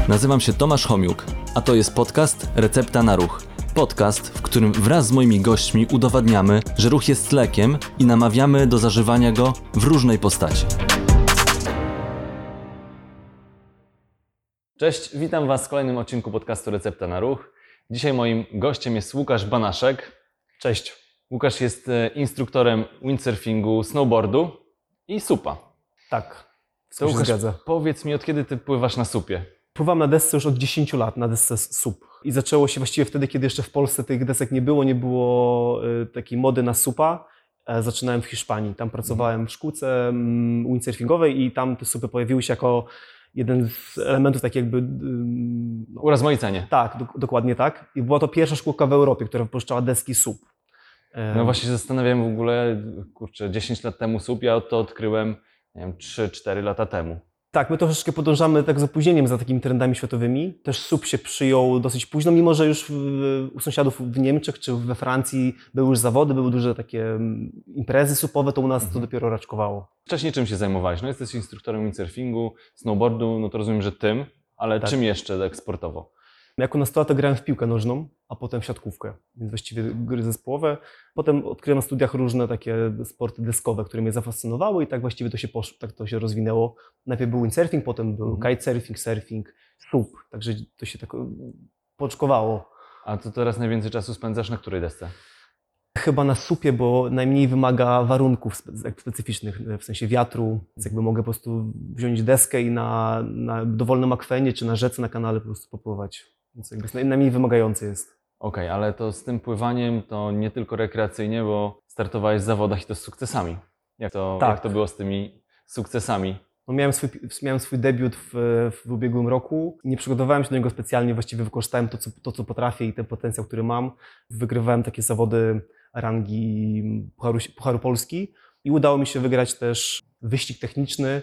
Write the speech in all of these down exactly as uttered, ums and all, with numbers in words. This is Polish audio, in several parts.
Nazywam się Tomasz Homiuk, a to jest podcast Recepta na ruch. Podcast, w którym wraz z moimi gośćmi udowadniamy, że ruch jest lekiem i namawiamy do zażywania go w różnej postaci. Cześć, witam Was w kolejnym odcinku podcastu Recepta na ruch. Dzisiaj moim gościem jest Łukasz Banaszek. Cześć. Łukasz jest instruktorem windsurfingu, snowboardu i supa. Tak, To to się Łukasz, zgadza. powiedz mi, od kiedy Ty pływasz na supie? Pływam na desce już od dziesięciu lat, na desce S U P. I zaczęło się właściwie wtedy, kiedy jeszcze w Polsce tych desek nie było, nie było y, takiej mody na supa. E, zaczynałem w Hiszpanii. Tam pracowałem w szkółce mm, windsurfingowej i tam te supy pojawiły się jako jeden z elementów tak jakby... y, no, Urozmaicenie. tak, do, dokładnie tak. I była to pierwsza szkółka w Europie, która wypuszczała deski S U P. E, No właśnie się zastanawiałem w ogóle, kurczę, dziesięć lat temu sup, ja to odkryłem, nie wiem, trzy cztery lata temu. Tak, my troszeczkę podążamy tak z opóźnieniem za takimi trendami światowymi. Też S U P się przyjął dosyć późno, mimo że już w, u sąsiadów w Niemczech czy we Francji były już zawody, były duże takie mm, imprezy supowe, to u nas Mhm. to dopiero raczkowało. Wcześniej czym się zajmowałeś? No jesteś instruktorem windsurfingu, snowboardu, no to rozumiem, że tym, ale Tak. czym jeszcze tak sportowo? Jako nastolatek grałem w piłkę nożną, a potem w siatkówkę, więc właściwie gry zespołowe. Potem odkryłem na studiach różne takie sporty deskowe, które mnie zafascynowały i tak właściwie to się poszło, tak to się rozwinęło. Najpierw był windsurfing, potem był Mhm. kitesurfing, surfing, S U P, także to się tak poczkowało. A to teraz najwięcej czasu spędzasz na której desce? Chyba na supie, bo najmniej wymaga warunków spe- specyficznych, w sensie wiatru, więc jakby mogę po prostu wziąć deskę i na, na dowolnym akwenie czy na rzece, na kanale po prostu popływać. Więc jakby naj- najmniej wymagający jest. Okej, ale to z tym pływaniem to nie tylko rekreacyjnie, bo startowałeś w zawodach i to z sukcesami. Jak to, Tak. jak to było z tymi sukcesami? No miałem, swój, miałem swój debiut w, w ubiegłym roku. Nie przygotowałem się do niego specjalnie, właściwie wykorzystałem to co, to, co potrafię i ten potencjał, który mam. Wygrywałem takie zawody rangi Pucharu, Pucharu Polski i udało mi się wygrać też wyścig techniczny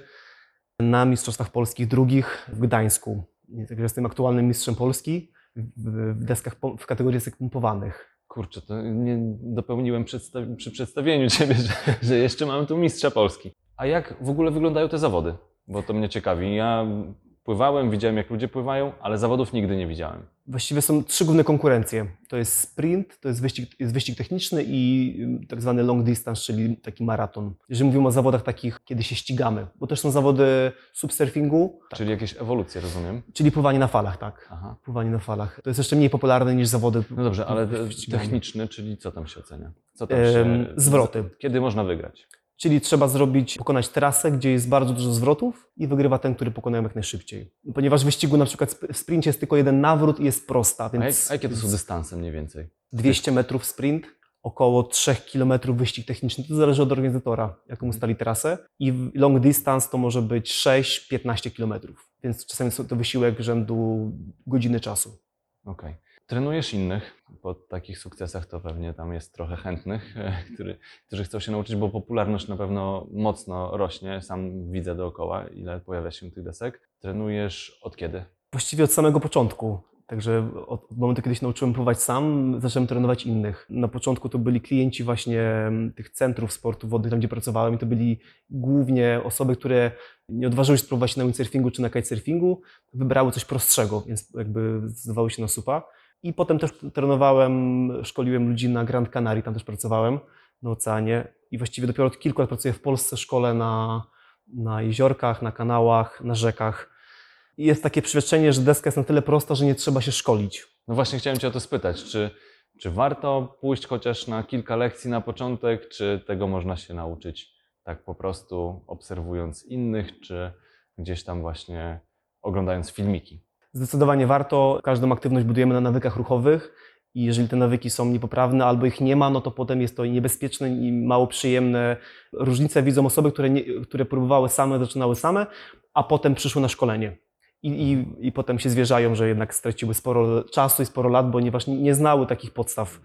na Mistrzostwach Polskich drugich w Gdańsku. Także jestem aktualnym mistrzem Polski w, w deskach pom- w kategorii desek pompowanych. Kurczę, to nie dopełniłem przedstaw- przy przedstawieniu Ciebie, że, że jeszcze mamy tu mistrza Polski. A jak w ogóle wyglądają te zawody? Bo to mnie ciekawi. Ja pływałem, widziałem jak ludzie pływają, ale zawodów nigdy nie widziałem. Właściwie są trzy główne konkurencje. To jest sprint, to jest wyścig, jest wyścig techniczny i ym, tak zwany long distance, czyli taki maraton. Jeżeli mówimy o zawodach takich, kiedy się ścigamy, bo też są zawody subsurfingu, tak, Czyli jakieś ewolucje, rozumiem? czyli pływanie na falach, tak. Aha. Pływanie na falach. To jest jeszcze mniej popularne niż zawody. No dobrze, ale te- ścigania. techniczny, czyli co tam się ocenia? Co tam Em, się... zwroty. Kiedy można wygrać? Czyli trzeba zrobić, pokonać trasę, gdzie jest bardzo dużo zwrotów i wygrywa ten, który pokona ją jak najszybciej. Ponieważ w wyścigu na przykład w sprincie jest tylko jeden nawrót i jest prosta, A, jak, więc a jakie to są dystanse mniej więcej? dwieście metrów sprint, około trzy kilometry wyścig techniczny. To zależy od organizatora, jaką ustali trasę. I w long distance to może być sześć do piętnastu kilometrów. Więc czasami są to wysiłek rzędu godziny czasu. Okej. Trenujesz innych. Po takich sukcesach to pewnie tam jest trochę chętnych, który, którzy chcą się nauczyć, bo popularność na pewno mocno rośnie. Sam widzę dookoła, ile pojawia się tych desek. Trenujesz od kiedy? Właściwie od samego początku. Także od od momentu, kiedy się nauczyłem pływać sam, zacząłem trenować innych. Na początku to byli klienci właśnie mm, tych centrów sportu wodnych, tam gdzie pracowałem i to byli głównie osoby, które nie odważyły się spróbować na windsurfingu czy na kitesurfingu, wybrały coś prostszego, więc jakby zdecydowały się na supa. I potem też trenowałem, szkoliłem ludzi na Grand Canaria, tam też pracowałem na oceanie i właściwie dopiero od kilku lat pracuję w Polsce, szkole na, na jeziorkach, na kanałach, na rzekach. I jest takie przeświadczenie, że deska jest na tyle prosta, że nie trzeba się szkolić. No właśnie chciałem Cię o to spytać, czy, czy warto pójść chociaż na kilka lekcji na początek, czy tego można się nauczyć tak po prostu obserwując innych, czy gdzieś tam właśnie oglądając filmiki? Zdecydowanie warto. Każdą aktywność budujemy na nawykach ruchowych i jeżeli te nawyki są niepoprawne albo ich nie ma, no to potem jest to niebezpieczne i mało przyjemne. Różnicę widzą osoby, które, nie, które próbowały same, zaczynały same, a potem przyszły na szkolenie. I, i, I potem się zwierzają, że jednak straciły sporo czasu i sporo lat, ponieważ nie, nie znały takich podstaw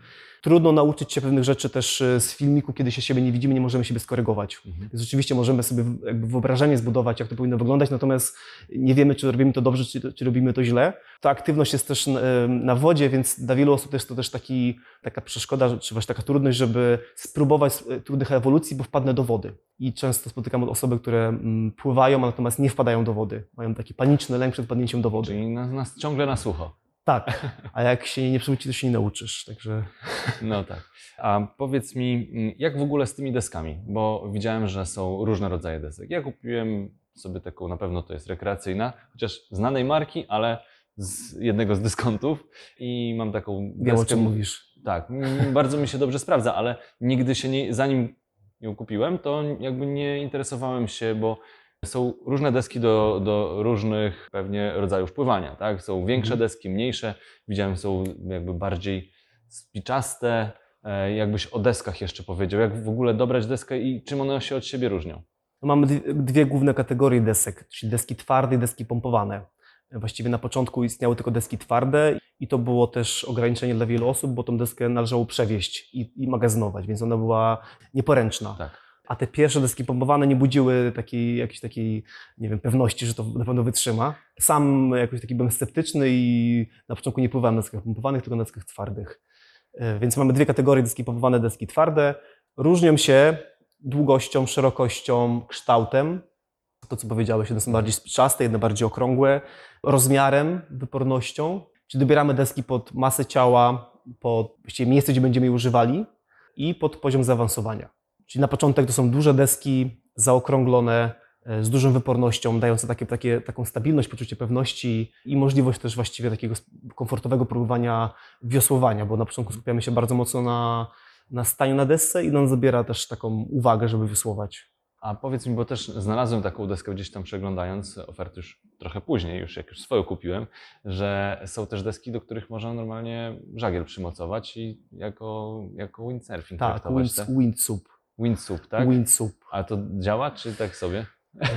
trudno nauczyć się pewnych rzeczy też z filmiku, kiedy się siebie nie widzimy, nie możemy siebie skorygować. Mhm. Więc oczywiście możemy sobie jakby wyobrażenie zbudować, jak to powinno wyglądać, natomiast nie wiemy, czy robimy to dobrze, czy, czy robimy to źle. Ta aktywność jest też na wodzie, więc dla wielu osób jest to też taki, taka przeszkoda, czy właśnie taka trudność, żeby spróbować trudnych ewolucji, bo wpadnę do wody. I często spotykam osoby, które pływają, a natomiast nie wpadają do wody. Mają taki paniczny lęk przed padnięciem do wody. Czyli nas, nas ciągle na sucho. Tak, a jak się nie przewróci, to się nie nauczysz, także... No tak. A powiedz mi, jak w ogóle z tymi deskami? Bo widziałem, że są różne rodzaje desek. Ja kupiłem sobie taką, na pewno to jest rekreacyjna, chociaż znanej marki, ale z jednego z dyskontów i mam taką deskę. Wiem, o czym mówisz. Tak, bardzo mi się dobrze sprawdza, ale nigdy się nie, zanim ją kupiłem, to jakby nie interesowałem się, bo są różne deski do, do różnych pewnie rodzajów pływania, tak? Są większe Mhm. deski, mniejsze. Widziałem, są jakby bardziej spiczaste. Jakbyś o deskach jeszcze powiedział, jak w ogóle dobrać deskę i czym one się od siebie różnią? No, mamy dwie, dwie główne kategorie desek, czyli deski twarde i deski pompowane. Właściwie na początku istniały tylko deski twarde i to było też ograniczenie dla wielu osób, bo tą deskę należało przewieźć i, i magazynować, więc ona była nieporęczna. Tak. A te pierwsze deski pompowane nie budziły takiej, jakiejś takiej, nie wiem, pewności, że to na pewno wytrzyma. Sam jakoś taki byłem sceptyczny i na początku nie pływałem na deskach pompowanych, tylko na deskach twardych. Więc mamy dwie kategorie, deski pompowane, deski twarde. Różnią się długością, szerokością, kształtem. To, co powiedziałeś, jedne są bardziej spiczaste, jedne bardziej okrągłe. Rozmiarem, wypornością. Czyli dobieramy deski pod masę ciała, pod właściwie miejsce, gdzie będziemy je używali i pod poziom zaawansowania. Czyli na początek to są duże deski, zaokrąglone, z dużą wypornością, dające takie, takie, taką stabilność, poczucie pewności i możliwość też właściwie takiego komfortowego próbowania wiosłowania, bo na początku skupiamy się bardzo mocno na, na staniu na desce i on zabiera też taką uwagę, żeby wiosłować. A powiedz mi, bo też znalazłem taką deskę gdzieś tam przeglądając oferty już trochę później, już jak już swoją kupiłem, że są też deski, do których można normalnie żagiel przymocować i jako, jako windsurfing Tak, traktować wind, te. windsup. Windsup, tak? Windsup. A to działa, czy tak sobie?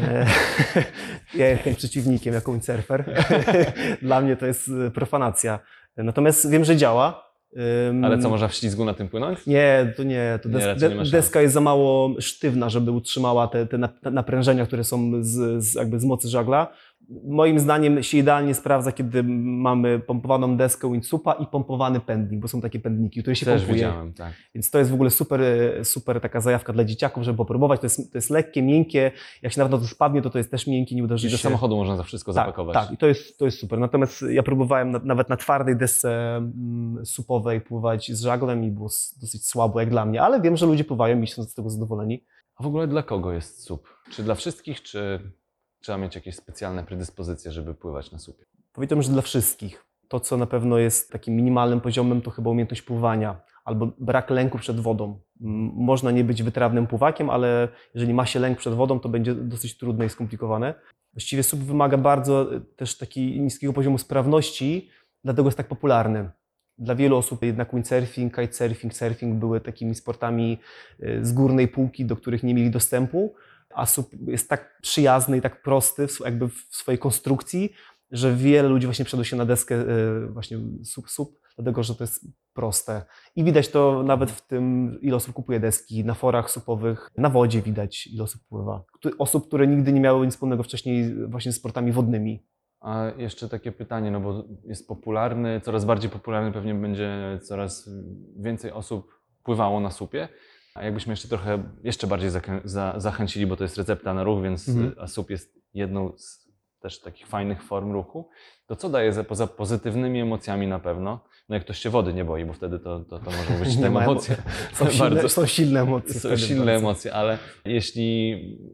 Ja jestem przeciwnikiem jako windsurfer. Dla mnie to jest profanacja. Natomiast wiem, że działa. Ale co, można w ślizgu na tym płynąć? Nie, to nie. To Nie, des, raczej nie ma szans. deska jest za mało sztywna, żeby utrzymała te, te naprężenia, które są z, z, jakby z mocy żagla. Moim zdaniem się idealnie sprawdza, kiedy mamy pompowaną deskę windsupa i pompowany pędnik, bo są takie pędniki, które się Też pompuje. widziałem, tak. Więc to jest w ogóle super, super taka zajawka dla dzieciaków, żeby popróbować. To jest, to jest lekkie, miękkie. Jak się nawet na to spadnie, to to jest też miękkie, nie uderzy I do się. samochodu można za wszystko Tak, zapakować. tak, i to jest, to jest super. Natomiast ja próbowałem na, nawet na twardej desce mm, supowej pływać z żaglem i było s- dosyć słabo jak dla mnie, ale wiem, że ludzie pływają i są z tego zadowoleni. A w ogóle dla kogo jest S U P? Czy dla wszystkich, czy trzeba mieć jakieś specjalne predyspozycje, żeby pływać na supie? Powiedziałbym, że dla wszystkich. To, co na pewno jest takim minimalnym poziomem, to chyba umiejętność pływania albo brak lęku przed wodą. M- Można nie być wytrawnym pływakiem, ale jeżeli ma się lęk przed wodą, to będzie dosyć trudne i skomplikowane. Właściwie S U P wymaga bardzo e, też takiego niskiego poziomu sprawności, dlatego jest tak popularny. Dla wielu osób jednak windsurfing, kitesurfing, surfing były takimi sportami e, z górnej półki, do których nie mieli dostępu, a S U P jest tak przyjazny i tak prosty w, jakby w swojej konstrukcji, że wiele ludzi właśnie przeszło się na deskę e, właśnie S U P, S U P, dlatego że to jest proste. I widać to nawet w tym, ile osób kupuje deski, na forach supowych, na wodzie widać, ile osób pływa. Któ- Osób, które nigdy nie miały nic wspólnego wcześniej właśnie z sportami wodnymi. A jeszcze takie pytanie, no bo jest popularny, coraz bardziej popularny, pewnie będzie coraz więcej osób pływało na supie. A jakbyśmy jeszcze trochę, jeszcze bardziej zakrę- za, zachęcili, bo to jest recepta na ruch, więc Mhm. a sup jest jedną z też takich fajnych form ruchu, to co daje za, poza pozytywnymi emocjami na pewno? No jak ktoś się wody nie boi, bo wtedy to, to, to może być Nie tam ma emo- emocje. Są silne, Bardzo- są silne emocje. Są wtedy silne bardzo. emocje, ale jeśli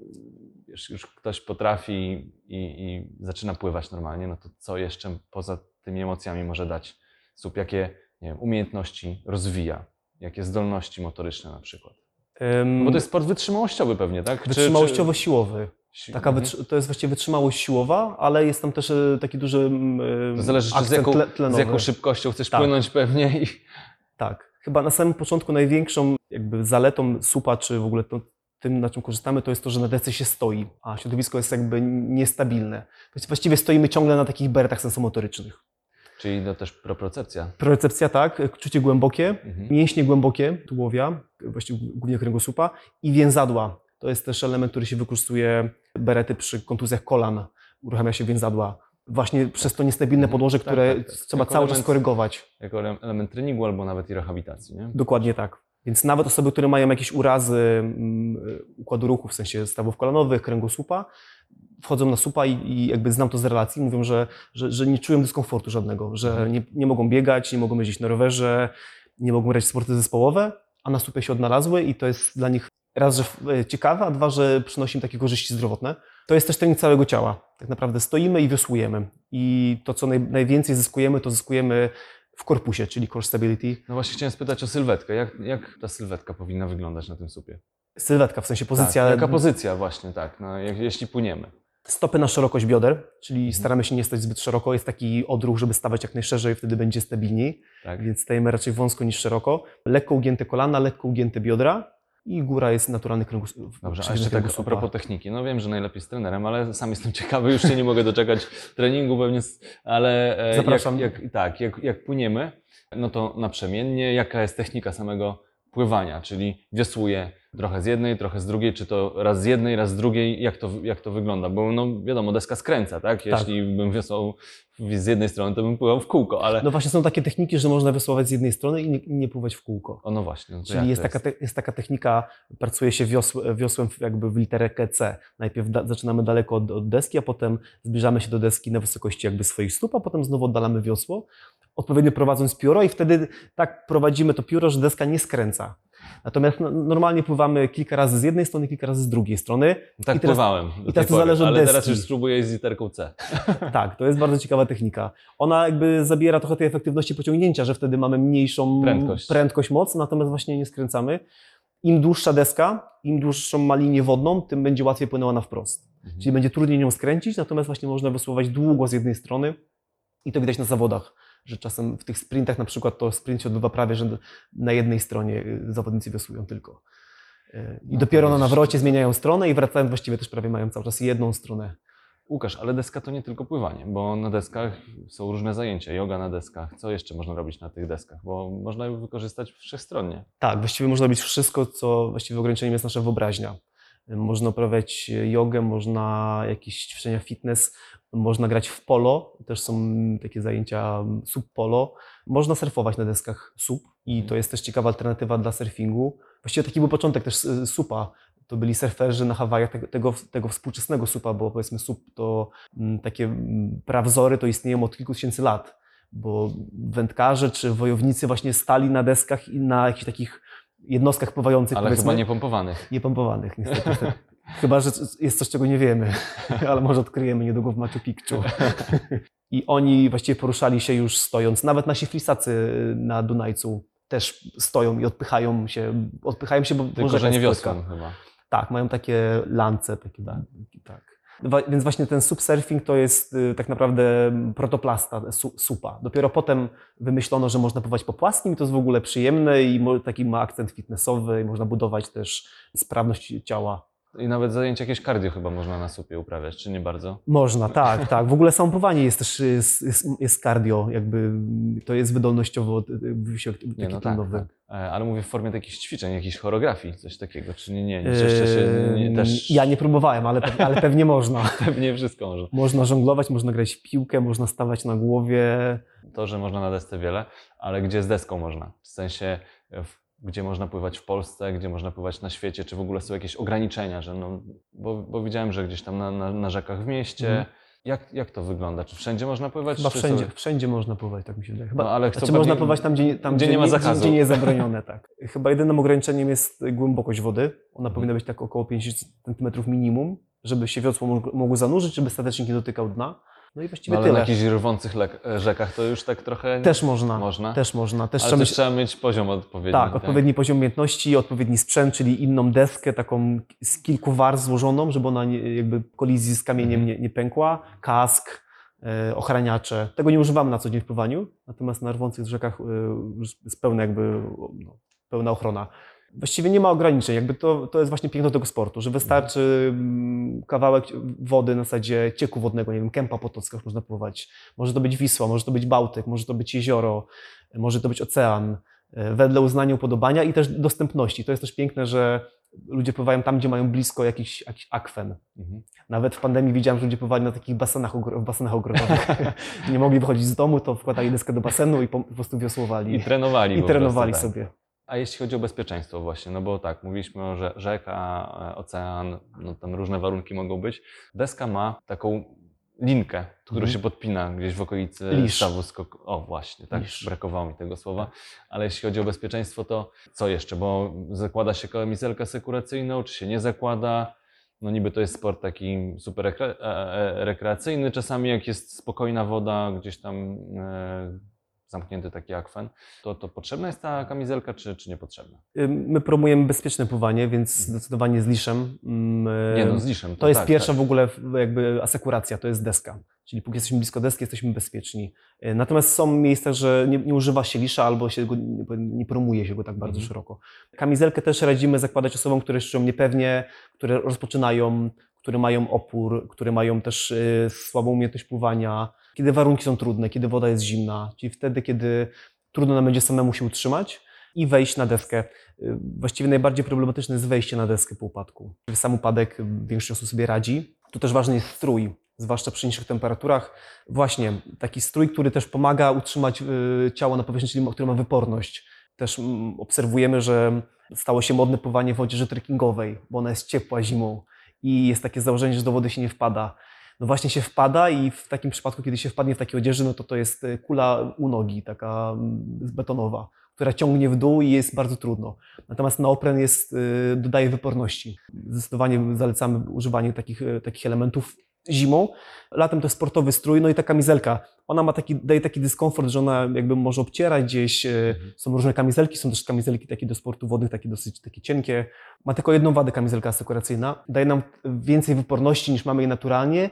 już, już ktoś potrafi i, i zaczyna pływać normalnie, no to co jeszcze poza tymi emocjami może dać sup? Jakie nie wiem, umiejętności rozwija? Jakie zdolności motoryczne na przykład? Ym, No bo to jest sport wytrzymałościowy pewnie, tak? Czy- Wytrzymałościowo-siłowy. czy- Taka Mhm. wytrzy- to jest właściwie wytrzymałość siłowa, ale jest tam też e, taki duży ym, To zależy, czy z akcent jaką, tle- z tlenowy. jaką szybkością chcesz Tak. płynąć pewnie. I... Tak. Chyba na samym początku największą jakby zaletą supa, czy w ogóle to, tym, na czym korzystamy, to jest to, że na desce się stoi, a środowisko jest jakby niestabilne. Właściwie stoimy ciągle na takich bertach sensomotorycznych. Czyli to też propriocepcja. Propriocepcja, tak, czucie głębokie, Mhm. mięśnie głębokie tułowia, właściwie głównie kręgosłupa i więzadła. To jest też element, który się wykorzystuje berety przy kontuzjach kolan. Uruchamia się więzadła. Właśnie przez to niestabilne Mhm. podłoże, Tak, które tak, tak. trzeba Jako cały czas element- korygować. Jako ele- element treningu albo nawet i rehabilitacji, nie? Dokładnie tak. Więc nawet osoby, które mają jakieś urazy mm, układu ruchu, w sensie stawów kolanowych, kręgosłupa, wchodzą na supa i, i jakby znam to z relacji, mówią, że, że, że nie czują dyskomfortu żadnego, że nie, nie mogą biegać, nie mogą jeździć na rowerze, nie mogą grać w sporty zespołowe, a na supie się odnalazły i to jest dla nich raz, że ciekawe, a dwa, że przynosi im takie korzyści zdrowotne. To jest też trening całego ciała. Tak naprawdę stoimy i wiosłujemy. I to, co naj, najwięcej zyskujemy, to zyskujemy w korpusie, czyli core stability. No właśnie chciałem spytać o sylwetkę. Jak, jak ta sylwetka powinna wyglądać na tym supie? Sylwetka, w sensie pozycja. Tak, jaka pozycja właśnie, tak, no, jak, jeśli płyniemy. Stopy na szerokość bioder, czyli Mhm. staramy się nie stać zbyt szeroko. Jest taki odruch, żeby stawać jak najszerzej, wtedy będzie stabilniej. Tak. Więc stajemy raczej wąsko niż szeroko. Lekko ugięte kolana, lekko ugięte biodra i góra jest naturalny kręgosłup. Dobrze, a jeszcze tak a propos techniki. No wiem, że najlepiej z trenerem, ale sam jestem ciekawy, już się nie mogę doczekać treningu pewnie, s- ale e, Zapraszam. Jak, jak, tak, jak, jak płyniemy, no to naprzemiennie, jaka jest technika samego pływania, czyli wiosłuję trochę z jednej, trochę z drugiej, czy to raz z jednej, raz z drugiej, jak to, jak to wygląda? Bo no wiadomo, deska skręca, tak? Jeśli bym wiosłał z jednej strony, to bym pływał w kółko, ale... No właśnie są takie techniki, że można wiosłować z jednej strony i nie, i nie pływać w kółko. O no właśnie. No to Czyli jak jest to taka, te, jest taka technika, pracuje się wiosł, wiosłem w- jakby w literę C. Najpierw da, zaczynamy daleko od, od deski, a potem zbliżamy się do deski na wysokości jakby swoich stóp, a potem znowu oddalamy wiosło, odpowiednio prowadząc pióro i wtedy tak prowadzimy to pióro, że deska nie skręca. Natomiast no, normalnie pływamy kilka razy z jednej strony, kilka razy z drugiej strony. Tak I teraz- pływałem do i tej teraz to pory, zależy od ale teraz deski. już spróbuję z literką C. Tak, to jest bardzo ciekawa technika. Ona jakby zabiera trochę tej efektywności pociągnięcia, że wtedy mamy mniejszą Prędkość. prędkość moc, natomiast właśnie nie skręcamy. Im dłuższa deska, im dłuższą ma linię wodną, tym będzie łatwiej płynęła na wprost. Mhm. Czyli będzie trudniej nią skręcić, natomiast właśnie można wysłować długo z jednej strony i to widać na zawodach, że czasem w tych sprintach na przykład to sprint się odbywa prawie, że na jednej stronie y, zawodnicy wiosłują tylko. Y, I No dopiero to na widzisz. nawrocie zmieniają stronę i wracając właściwie też prawie mają cały czas jedną stronę. Łukasz, ale deska to nie tylko pływanie, bo na deskach są różne zajęcia, joga na deskach. Co jeszcze można robić na tych deskach? Bo można ją wykorzystać wszechstronnie. Tak, właściwie można robić wszystko, co właściwie ograniczeniem jest nasza wyobraźnia. Można uprawiać jogę, można jakieś ćwiczenia fitness, można grać w polo, też są takie zajęcia sub polo. Można surfować na deskach sup i to jest też ciekawa alternatywa dla surfingu. Właściwie taki był początek też y, supa. To byli surferzy na Hawajach tego, tego, tego współczesnego supa, bo powiedzmy sup to mm, takie mm, prawzory to istnieją od kilku tysięcy lat, bo wędkarze czy wojownicy właśnie stali na deskach i na jakichś takich jednostkach pływających, Ale powiedzmy, chyba nie pompowanych. niepompowanych niestety. niestety. Chyba, że jest coś, czego nie wiemy, ale może odkryjemy niedługo w Machu Picchu. I oni właściwie poruszali się już stojąc, nawet nasi flisacy na Dunajcu też stoją i odpychają się, odpychają się, bo Tylko, rzeka że nie jest płytka. wiosłem chyba. Tak, mają takie lance, takie, Tak. tak. Wa- Więc właśnie ten subsurfing to jest y, tak naprawdę protoplasta su, supa. Dopiero potem wymyślono, że można pływać po płaskim i to jest w ogóle przyjemne i mo- taki ma akcent fitnessowy i można budować też sprawność ciała. I nawet zajęcia jakieś cardio chyba można na supie uprawiać, czy nie bardzo? Można, tak, tak. W ogóle samo pływanie jest też jest, jest, jest cardio, jakby to jest wydolnościowo y, wysiłek taki Nie, no tak, treningowy. tak. E, Ale mówię w formie takich ćwiczeń, jakichś choreografii, coś takiego, czy nie, nie, nie jeszcze się nie, też Ja nie próbowałem, ale, pe- ale pewnie można. pewnie wszystko może. Można żonglować, można grać w piłkę, można stawać na głowie. To, że można na desce wiele, ale gdzie z deską można? W sensie, w, gdzie można pływać w Polsce, gdzie można pływać na świecie, czy w ogóle są jakieś ograniczenia, że no, bo, bo widziałem, że gdzieś tam na, na, na rzekach w mieście. Mhm. Jak, jak to wygląda? Czy wszędzie można pływać? Chyba czy wszędzie, są- wszędzie można pływać, tak mi się wydaje. Chyba, No, ale chcą znaczy można pewnie- pływać tam, gdzie, tam, gdzie nie ma zakazu. Gdzie nie jest zabronione, tak. Chyba jedynym ograniczeniem jest głębokość wody. Ona powinna być tak około pięćdziesiąt centymetrów minimum, żeby się wiosło mógł- mogło zanurzyć, żeby statecznik nie dotykał dna. No i właściwie No, ale tyle. na jakichś rwących lek- rzekach to już tak trochę Też można. można. Też można. Też ale trzeba też mieć, trzeba mieć poziom odpowiedni. tak, odpowiedni poziom umiejętności, odpowiedni sprzęt, czyli inną deskę, taką z kilku warstw złożoną, żeby ona nie, jakby kolizji z kamieniem Mhm. nie, nie pękła. Kask, e, ochraniacze. Tego nie używamy na co dzień w pływaniu, natomiast na rwących rzekach e, już jest pełna jakby no, pełna ochrona. Właściwie nie ma ograniczeń, jakby to, to jest właśnie piękno tego sportu, że wystarczy mm, kawałek wody na zasadzie cieku wodnego, nie wiem, Kępa Potockach można pływać, może to być Wisła, może to być Bałtyk, może to być jezioro, może to być ocean, e, wedle uznania, upodobania i też dostępności. To jest też piękne, że ludzie pływają tam, gdzie mają blisko jakiś, jakiś akwen. Mhm. Nawet w pandemii widziałem, że ludzie pływali na takich basenach, ogro- w basenach ogrodowych. Nie mogli wychodzić z domu, to wkładali deskę do basenu i po, po prostu wiosłowali. I trenowali I po trenowali prostu, tak. sobie. A jeśli chodzi o bezpieczeństwo właśnie, no bo tak, mówiliśmy o rze- rzeka, e, ocean, no tam różne warunki mogą być. Deska ma taką linkę, którą Mhm. się podpina gdzieś w okolicy Lisz. stawu skok... O właśnie, tak, Lisz. brakowało mi tego słowa. Ale jeśli chodzi o bezpieczeństwo, to co jeszcze? Bo zakłada się kamizelkę sekuracyjną, czy się nie zakłada? No niby to jest sport taki super rekre- e, e, rekreacyjny, czasami jak jest spokojna woda, gdzieś tam e, zamknięty taki akwen, to, to potrzebna jest ta kamizelka, czy, czy niepotrzebna? My promujemy bezpieczne pływanie, więc zdecydowanie z liszem. Mm, Nie no, z liszem. To jest tak, pierwsza tak. w ogóle jakby asekuracja, to jest deska. Czyli póki jesteśmy blisko deski, jesteśmy bezpieczni. Natomiast są miejsca, że nie, nie używa się lisza albo się go, nie, nie promuje się go tak bardzo Mhm. szeroko. Kamizelkę też radzimy zakładać osobom, które się czują niepewnie, które rozpoczynają, które mają opór, które mają też y, słabą umiejętność pływania, kiedy warunki są trudne, kiedy woda jest zimna, czyli wtedy, kiedy trudno nam będzie samemu się utrzymać i wejść na deskę. Y, Właściwie najbardziej problematyczne jest wejście na deskę po upadku. Sam upadek większość osób sobie radzi. Tu też ważny jest strój, zwłaszcza przy niższych temperaturach. Właśnie taki strój, który też pomaga utrzymać y, ciało na powierzchni, czyli który ma wyporność. Też mm, obserwujemy, że stało się modne pływanie w wodzie trekkingowej, bo ona jest ciepła zimą i jest takie założenie, że do wody się nie wpada. No właśnie się wpada i w takim przypadku, kiedy się wpadnie w takiej odzieży, no to to jest y, kula u nogi, taka mm, betonowa, która ciągnie w dół i jest bardzo trudno. Natomiast neopren jest, y, dodaje wyporności. Zdecydowanie zalecamy używanie takich, y, takich elementów zimą. Latem to jest sportowy strój, no i ta kamizelka. Ona ma taki, daje taki dyskomfort, że ona jakby może obcierać gdzieś. Mhm. Są różne kamizelki, są też kamizelki takie do sportu wodnych, takie dosyć takie cienkie. Ma tylko jedną wadę kamizelka asekuracyjna. Daje nam więcej wyporności niż mamy jej naturalnie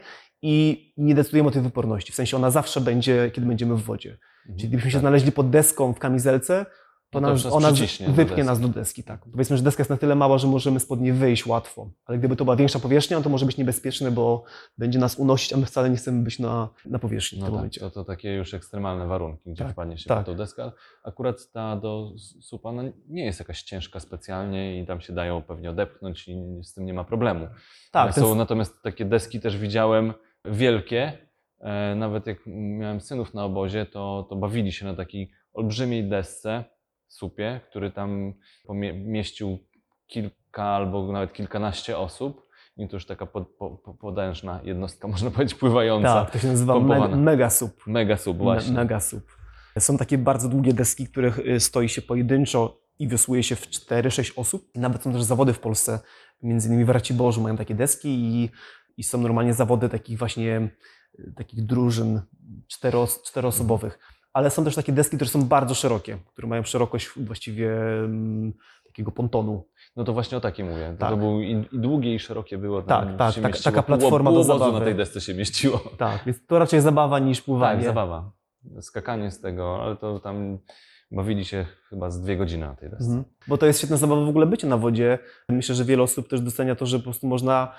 i nie decydujemy o tej wyporności. W sensie ona zawsze będzie, kiedy będziemy w wodzie. Mhm. Czyli gdybyśmy się Tak. znaleźli pod deską w kamizelce, to, No to nas, nas ona przyciśnie do wypnie deski. nas do deski. Tak. Powiedzmy, że deska jest na tyle mała, że możemy spod niej wyjść łatwo. Ale gdyby to była większa powierzchnia, to może być niebezpieczne, bo będzie nas unosić, a my wcale nie chcemy być na, na powierzchni w No tym tak, momencie. to, to takie już ekstremalne warunki, gdzie Tak, wpadnie się tak. pod tą deskę. Akurat ta do supa no, nie jest jakaś ciężka specjalnie i tam się dają pewnie odepchnąć i z tym nie ma problemu. Tak, ten Są natomiast takie deski też widziałem wielkie. E, nawet jak miałem synów na obozie, to, to bawili się na takiej olbrzymiej desce, supie, który tam pomie- mieścił kilka albo nawet kilkanaście osób. I to już taka pod, po, po, potężna jednostka, można powiedzieć, pływająca. Tak, to się nazywa pompowana. mega, mega sup. Mega sub, właśnie. Me, mega sup. Są takie bardzo długie deski, których y, stoi się pojedynczo i wiosłuje się w cztery sześć osób. Nawet są też zawody w Polsce, między innymi w Raciborzu mają takie deski i, i są normalnie zawody takich właśnie y, takich drużyn czteros, czteroosobowych. Ale są też takie deski, które są bardzo szerokie, które mają szerokość właściwie mm, takiego pontonu. No to właśnie o takim mówię. To, Tak. to był i, i długie i szerokie było. Tak, Tam tak, się tak, mieściło taka pół- platforma pół do obozu zabawy. na tej desce się mieściło. Tak, więc to raczej zabawa niż pływanie. Tak, zabawa. Skakanie z tego, ale to tam bawili się chyba z dwie godziny na tej desce. Mhm. Bo to jest świetna zabawa w ogóle bycie na wodzie. Myślę, że wiele osób też docenia to, że po prostu można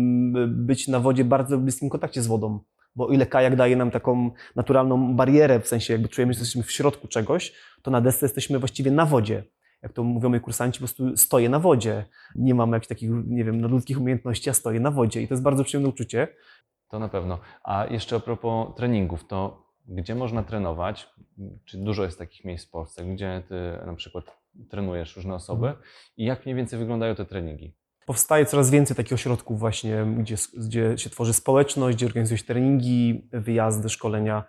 mm, być na wodzie w bardzo bliskim kontakcie z wodą. Bo o ile kajak daje nam taką naturalną barierę, w sensie jakby czujemy, że jesteśmy w środku czegoś, to na desce jesteśmy właściwie na wodzie. Jak to mówią moi kursanci, po prostu stoję na wodzie. Nie mam jakichś takich, nie wiem, nadludzkich umiejętności, a stoję na wodzie. I to jest bardzo przyjemne uczucie. To na pewno. A jeszcze a propos treningów, to gdzie można trenować? Czy dużo jest takich miejsc w Polsce, gdzie ty na przykład trenujesz różne osoby Mhm. i jak mniej więcej wyglądają te treningi? Powstaje coraz więcej takich ośrodków właśnie, gdzie, gdzie się tworzy społeczność, gdzie organizuje się treningi, wyjazdy, szkolenia.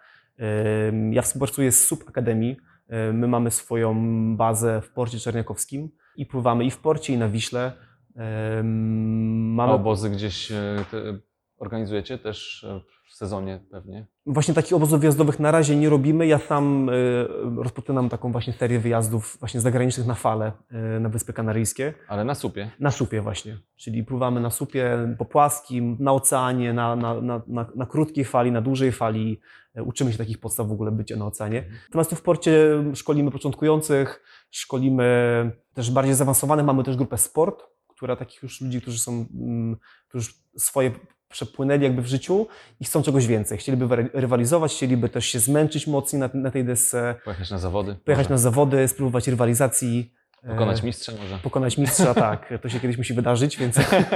Ym, Ja współpracuję z Sub Akademii. Ym, My mamy swoją bazę w Porcie Czerniakowskim i pływamy i w Porcie, i na Wiśle. Ym, A Mamy obozy gdzieś e, te organizujecie też e, w sezonie pewnie? Właśnie takich obozów wyjazdowych na razie nie robimy. Ja sam y, rozpoczynam taką właśnie serię wyjazdów właśnie zagranicznych na fale y, na Wyspy Kanaryjskie. Ale na supie. Na supie właśnie, czyli pływamy na supie, po płaskim, na oceanie, na, na, na, na, na krótkiej fali, na dużej fali. Uczymy się takich podstaw w ogóle bycia na oceanie. Natomiast tu w porcie szkolimy początkujących, szkolimy też bardziej zaawansowanych. Mamy też grupę sport, która takich już ludzi, którzy są, mm, którzy swoje przepłynęli jakby w życiu i chcą czegoś więcej. Chcieliby ry- rywalizować, chcieliby też się zmęczyć mocniej na, na tej desce, Pojechać na zawody. pojechać może. na zawody, spróbować rywalizacji. Pokonać E, mistrza może. Pokonać mistrza, tak. To się kiedyś musi wydarzyć, więc,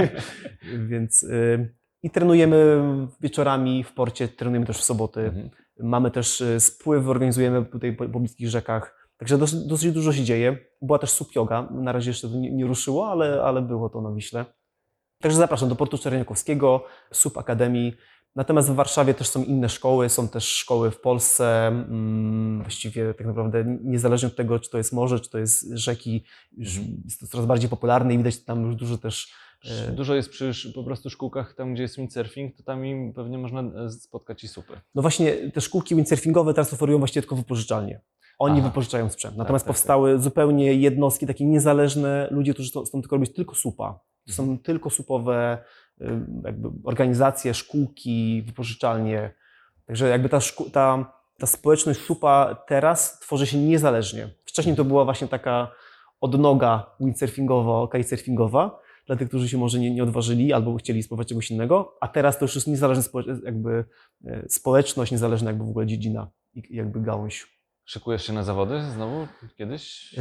więc y, i trenujemy wieczorami w porcie, trenujemy też w soboty. Mhm. Mamy też y, spływy, organizujemy tutaj po, po bliskich rzekach. Także dosyć, dosyć dużo się dzieje. Była też sup yoga. Na razie jeszcze to nie, nie ruszyło, ale, ale było to na Wiśle. Także zapraszam do Portu Czerniakowskiego, Sup Akademii. Natomiast w Warszawie też są inne szkoły, są też szkoły w Polsce, mm, właściwie tak naprawdę niezależnie od tego, czy to jest morze, czy to jest rzeki, już jest to coraz bardziej popularne i widać tam już dużo też... e, Dużo jest przy sz- po prostu szkółkach, tam gdzie jest windsurfing, to tam im pewnie można e, spotkać i supy. No właśnie te szkółki windsurfingowe teraz oferują właściwie tylko wypożyczalnie. Oni Aha. wypożyczają sprzęt. Natomiast tak, tak. powstały zupełnie jednostki takie niezależne, ludzie, którzy chcą chcą tylko robić tylko supa. To są tylko supowe y, jakby organizacje, szkółki, wypożyczalnie. Także jakby ta, szkół, ta, ta społeczność supa teraz tworzy się niezależnie. Wcześniej to była właśnie taka odnoga windsurfingowa, kitesurfingowa, dla tych, którzy się może nie, nie odważyli albo chcieli spróbować czegoś innego, a teraz to już jest niezależna społecz- jakby e, społeczność, niezależna jakby w ogóle dziedzina i jakby gałąź. Szykujesz się na zawody znowu kiedyś?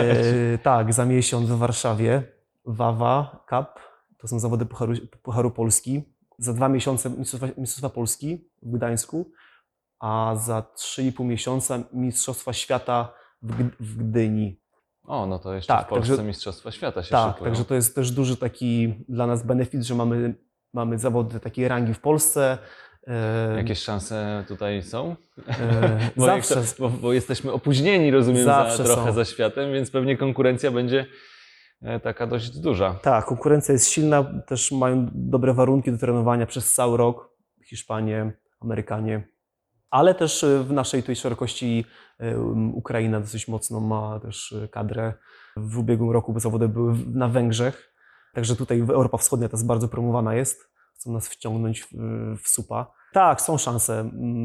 E, tak, za miesiąc w Warszawie Wawa Cup, to są zawody Pucharu, Pucharu Polski. Za dwa miesiące Mistrzostwa, Mistrzostwa Polski w Gdańsku, a za trzy i pół miesiąca Mistrzostwa Świata w, G- w Gdyni. O, no to jeszcze Tak, w Polsce także- Mistrzostwa Świata się Tak, szykują. także to jest też duży taki dla nas benefit, że mamy, mamy zawody takiej rangi w Polsce. E, Jakieś szanse tutaj są? e, Bo, jak zawsze. to, bo, bo jesteśmy opóźnieni, rozumiem, za, Zawsze trochę są. za światem, więc pewnie konkurencja będzie e, taka dość duża. Tak, konkurencja jest silna, też mają dobre warunki do trenowania przez cały rok. Hiszpanie, Amerykanie, ale też y, w naszej tej szerokości y, Ukraina dosyć mocno ma też y, kadrę. W ubiegłym roku zawody były w- na Węgrzech, także tutaj Europa Wschodnia teraz bardzo promowana jest. Chcą nas wciągnąć w, w supa. Tak, są szanse.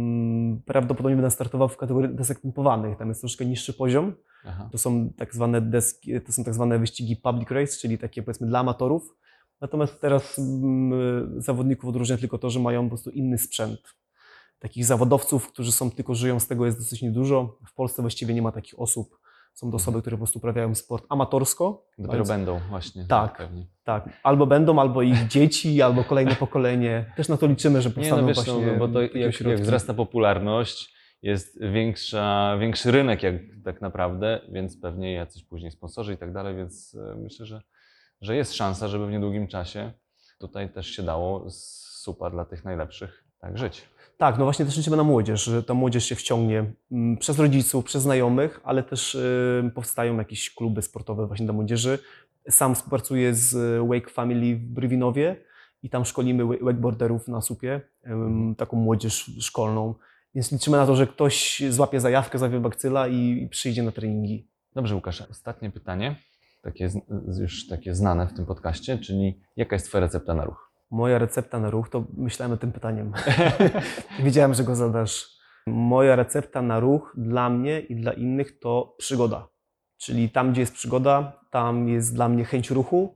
Mm, Prawdopodobnie będę startował w kategorii desek tempowanych, tam jest troszkę niższy poziom. Aha. To są tak zwane deski, to są tak zwane wyścigi public race, czyli takie powiedzmy dla amatorów. Natomiast teraz mm, zawodników odróżnia tylko to, że mają po prostu inny sprzęt. Takich zawodowców, którzy są tylko żyją z tego jest dosyć niedużo. W Polsce właściwie nie ma takich osób. Są to osoby, które po prostu uprawiają sport amatorsko. Dopiero Więc- będą właśnie. Tak. Pewnie. Tak, albo będą, albo ich dzieci, albo kolejne pokolenie. Też na to liczymy, że Nie, powstaną no wiesz, właśnie no, bo to takie jak, jak ośrodki. wzrasta popularność, jest większa, większy rynek jak tak naprawdę, więc pewnie jacyś później sponsorzy i tak dalej, więc e, myślę, że, że jest szansa, żeby w niedługim czasie tutaj też się dało z supa dla tych najlepszych tak żyć. Tak, no właśnie też liczymy na młodzież, że ta młodzież się wciągnie mm, przez rodziców, przez znajomych, ale też y, powstają jakieś kluby sportowe właśnie dla młodzieży. Sam współpracuję z Wake Family w Brywinowie i tam szkolimy wa- wakeboarderów na supie, ym, taką młodzież szkolną. Więc liczymy na to, że ktoś złapie zajawkę, złapie bakcyla i, i przyjdzie na treningi. Dobrze, Łukasz, ostatnie pytanie, takie z- z- już takie znane w tym podcaście, czyli jaka jest Twoja recepta na ruch? Moja recepta na ruch, to myślałem nad tym pytaniem. Wiedziałem, że go zadasz. Moja recepta na ruch dla mnie i dla innych to przygoda. Czyli tam, gdzie jest przygoda, tam jest dla mnie chęć ruchu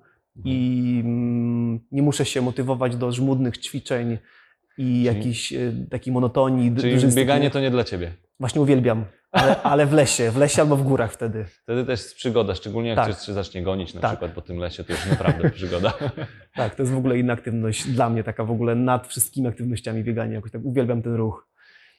i mm, nie muszę się motywować do żmudnych ćwiczeń i jakiejś e, takiej monotonii. du- Czyli dużej bieganie dyscypliny. to nie dla Ciebie. Właśnie uwielbiam, ale, ale w lesie, w lesie albo w górach wtedy. Wtedy też jest przygoda, szczególnie jak Tak. ktoś się zacznie gonić na Tak. przykład po tym lesie, to już naprawdę przygoda. Tak, to jest w ogóle inna aktywność dla mnie, taka w ogóle nad wszystkimi aktywnościami biegania. Jakoś tak uwielbiam ten ruch.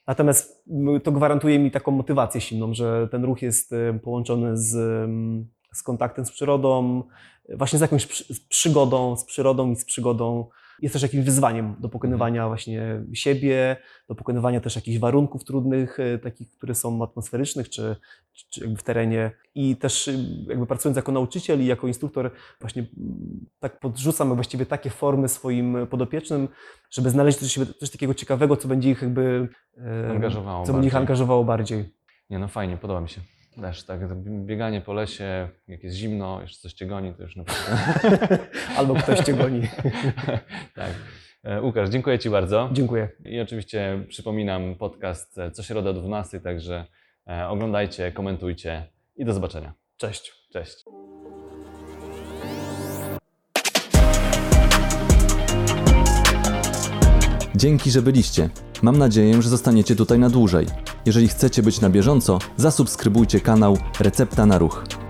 Natomiast m, to gwarantuje mi taką motywację silną, że ten ruch jest e, połączony z, mm, z kontaktem z przyrodą, właśnie z jakąś przy, z przygodą, z przyrodą i z przygodą. Jest też jakimś wyzwaniem do pokonywania właśnie siebie, do pokonywania też jakichś warunków trudnych, e, takich, które są atmosferycznych czy, czy, czy jakby w terenie. I też y, jakby pracując jako nauczyciel i jako instruktor właśnie mm, tak podrzucam właściwie takie formy swoim podopiecznym, żeby znaleźć coś, coś takiego ciekawego, co będzie ich jakby e, Angażowało co będzie ich bardziej. angażowało bardziej. Nie, no fajnie, podoba mi się. Też tak, bieganie po lesie, jak jest zimno, jeszcze coś cię goni, to już naprawdę... Albo ktoś cię goni. Tak. E, Łukasz, dziękuję Ci bardzo. Dziękuję. I oczywiście przypominam podcast e, co środa o dwunastej, także e, oglądajcie, komentujcie i do zobaczenia. Cześć. Cześć. Dzięki, że byliście. Mam nadzieję, że zostaniecie tutaj na dłużej. Jeżeli chcecie być na bieżąco, zasubskrybujcie kanał Recepta na Ruch.